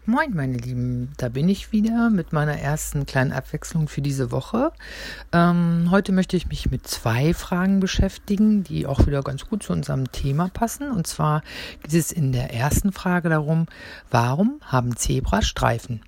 Moin, meine Lieben, da bin ich wieder mit meiner ersten kleinen Abwechslung für diese Woche. Heute möchte ich mich mit 2 Fragen beschäftigen, die auch wieder ganz gut zu unserem Thema passen. Und zwar geht es in der ersten Frage darum, warum haben Zebras Streifen?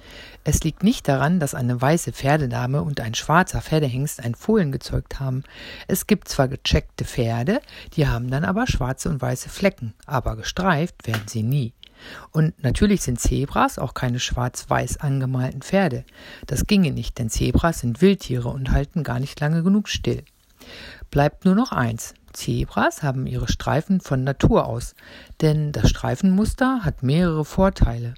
Es liegt nicht daran, dass eine weiße Pferdedame und ein schwarzer Pferdehengst ein Fohlen gezeugt haben. Es gibt zwar gecheckte Pferde, die haben dann aber schwarze und weiße Flecken, aber gestreift werden sie nie. Und natürlich sind Zebras auch keine schwarz-weiß angemalten Pferde. Das ginge nicht, denn Zebras sind Wildtiere und halten gar nicht lange genug still. Bleibt nur noch eins. Zebras haben ihre Streifen von Natur aus, denn das Streifenmuster hat mehrere Vorteile.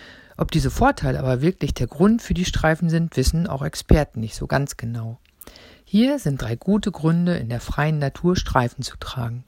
Ob diese Vorteile aber wirklich der Grund für die Streifen sind, wissen auch Experten nicht so ganz genau. Hier sind 3 gute Gründe, in der freien Natur Streifen zu tragen.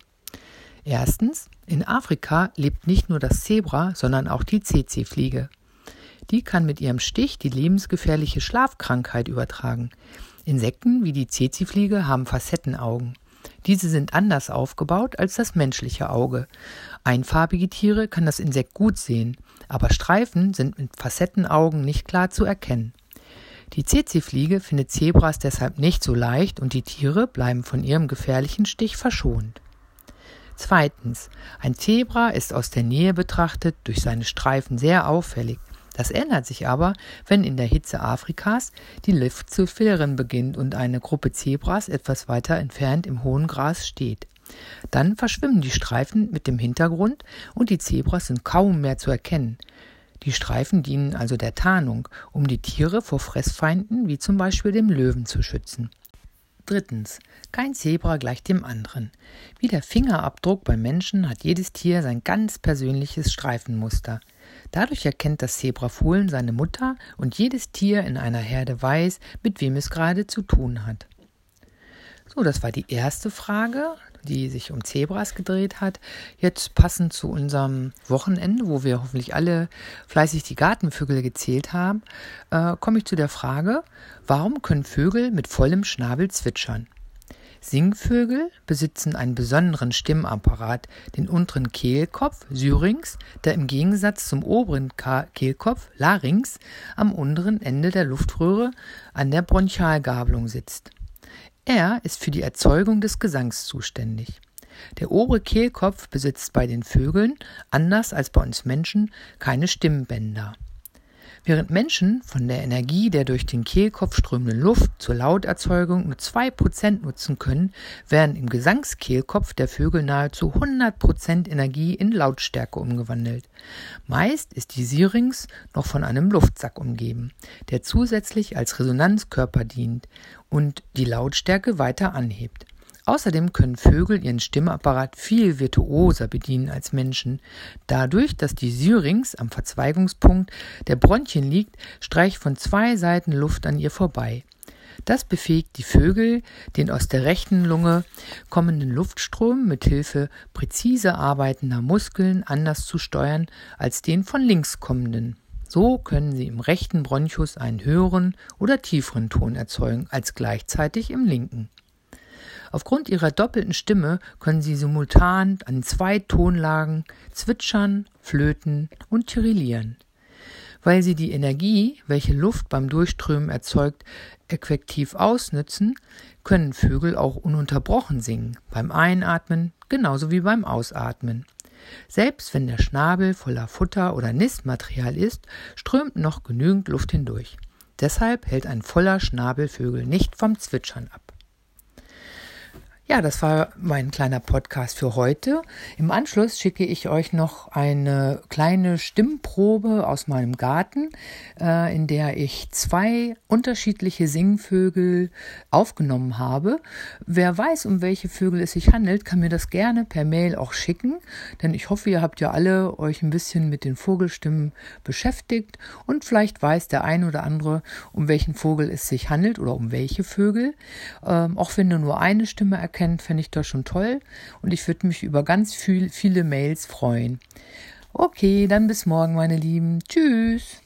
Erstens, in Afrika lebt nicht nur das Zebra, sondern auch die Tsetse-Fliege. Die kann mit ihrem Stich die lebensgefährliche Schlafkrankheit übertragen. Insekten wie die Tsetse-Fliege haben Facettenaugen. Diese sind anders aufgebaut als das menschliche Auge. Einfarbige Tiere kann das Insekt gut sehen, aber Streifen sind mit Facettenaugen nicht klar zu erkennen. Die Tsetse-Fliege findet Zebras deshalb nicht so leicht und die Tiere bleiben von ihrem gefährlichen Stich verschont. Zweitens, ein Zebra ist aus der Nähe betrachtet durch seine Streifen sehr auffällig. Das ändert sich aber, wenn in der Hitze Afrikas die Luft zu filtern beginnt und eine Gruppe Zebras etwas weiter entfernt im hohen Gras steht. Dann verschwimmen die Streifen mit dem Hintergrund und die Zebras sind kaum mehr zu erkennen. Die Streifen dienen also der Tarnung, um die Tiere vor Fressfeinden wie zum Beispiel dem Löwen zu schützen. Drittens, kein Zebra gleicht dem anderen. Wie der Fingerabdruck beim Menschen hat jedes Tier sein ganz persönliches Streifenmuster. Dadurch erkennt das Zebrafohlen seine Mutter und jedes Tier in einer Herde weiß, mit wem es gerade zu tun hat. So, das war die erste Frage, die sich um Zebras gedreht hat. Jetzt passend zu unserem Wochenende, wo wir hoffentlich alle fleißig die Gartenvögel gezählt haben, komme ich zu der Frage, warum können Vögel mit vollem Schnabel zwitschern? Singvögel besitzen einen besonderen Stimmapparat, den unteren Kehlkopf, Syrinx, der im Gegensatz zum oberen Kehlkopf, Larynx, am unteren Ende der Luftröhre an der Bronchialgabelung sitzt. Er ist für die Erzeugung des Gesangs zuständig. Der obere Kehlkopf besitzt bei den Vögeln, anders als bei uns Menschen, keine Stimmbänder. Während Menschen von der Energie der durch den Kehlkopf strömenden Luft zur Lauterzeugung nur 2% nutzen können, werden im Gesangskehlkopf der Vögel nahezu 100% Energie in Lautstärke umgewandelt. Meist ist die Syrinx noch von einem Luftsack umgeben, der zusätzlich als Resonanzkörper dient und die Lautstärke weiter anhebt. Außerdem können Vögel ihren Stimmapparat viel virtuoser bedienen als Menschen. Dadurch, dass die Syrinx am Verzweigungspunkt der Bronchien liegt, streicht von 2 Seiten Luft an ihr vorbei. Das befähigt die Vögel, den aus der rechten Lunge kommenden Luftstrom mit Hilfe präzise arbeitender Muskeln anders zu steuern als den von links kommenden. So können sie im rechten Bronchus einen höheren oder tieferen Ton erzeugen als gleichzeitig im linken. Aufgrund ihrer doppelten Stimme können sie simultan an 2 Tonlagen zwitschern, flöten und tirillieren. Weil sie die Energie, welche Luft beim Durchströmen erzeugt, effektiv ausnützen, können Vögel auch ununterbrochen singen, beim Einatmen genauso wie beim Ausatmen. Selbst wenn der Schnabel voller Futter oder Nistmaterial ist, strömt noch genügend Luft hindurch. Deshalb hält ein voller Schnabel Vögel nicht vom Zwitschern ab. Ja, das war mein kleiner Podcast für heute. Im Anschluss schicke ich euch noch eine kleine Stimmprobe aus meinem Garten, in der ich 2 unterschiedliche Singvögel aufgenommen habe. Wer weiß, um welche Vögel es sich handelt, kann mir das gerne per Mail auch schicken, denn ich hoffe, ihr habt ja alle euch ein bisschen mit den Vogelstimmen beschäftigt und vielleicht weiß der ein oder andere, um welchen Vogel es sich handelt oder um welche Vögel. Auch wenn ihr nur eine Stimme erkennt, fände ich das schon toll und ich würde mich über ganz viele Mails freuen. Okay, dann bis morgen, meine Lieben. Tschüss.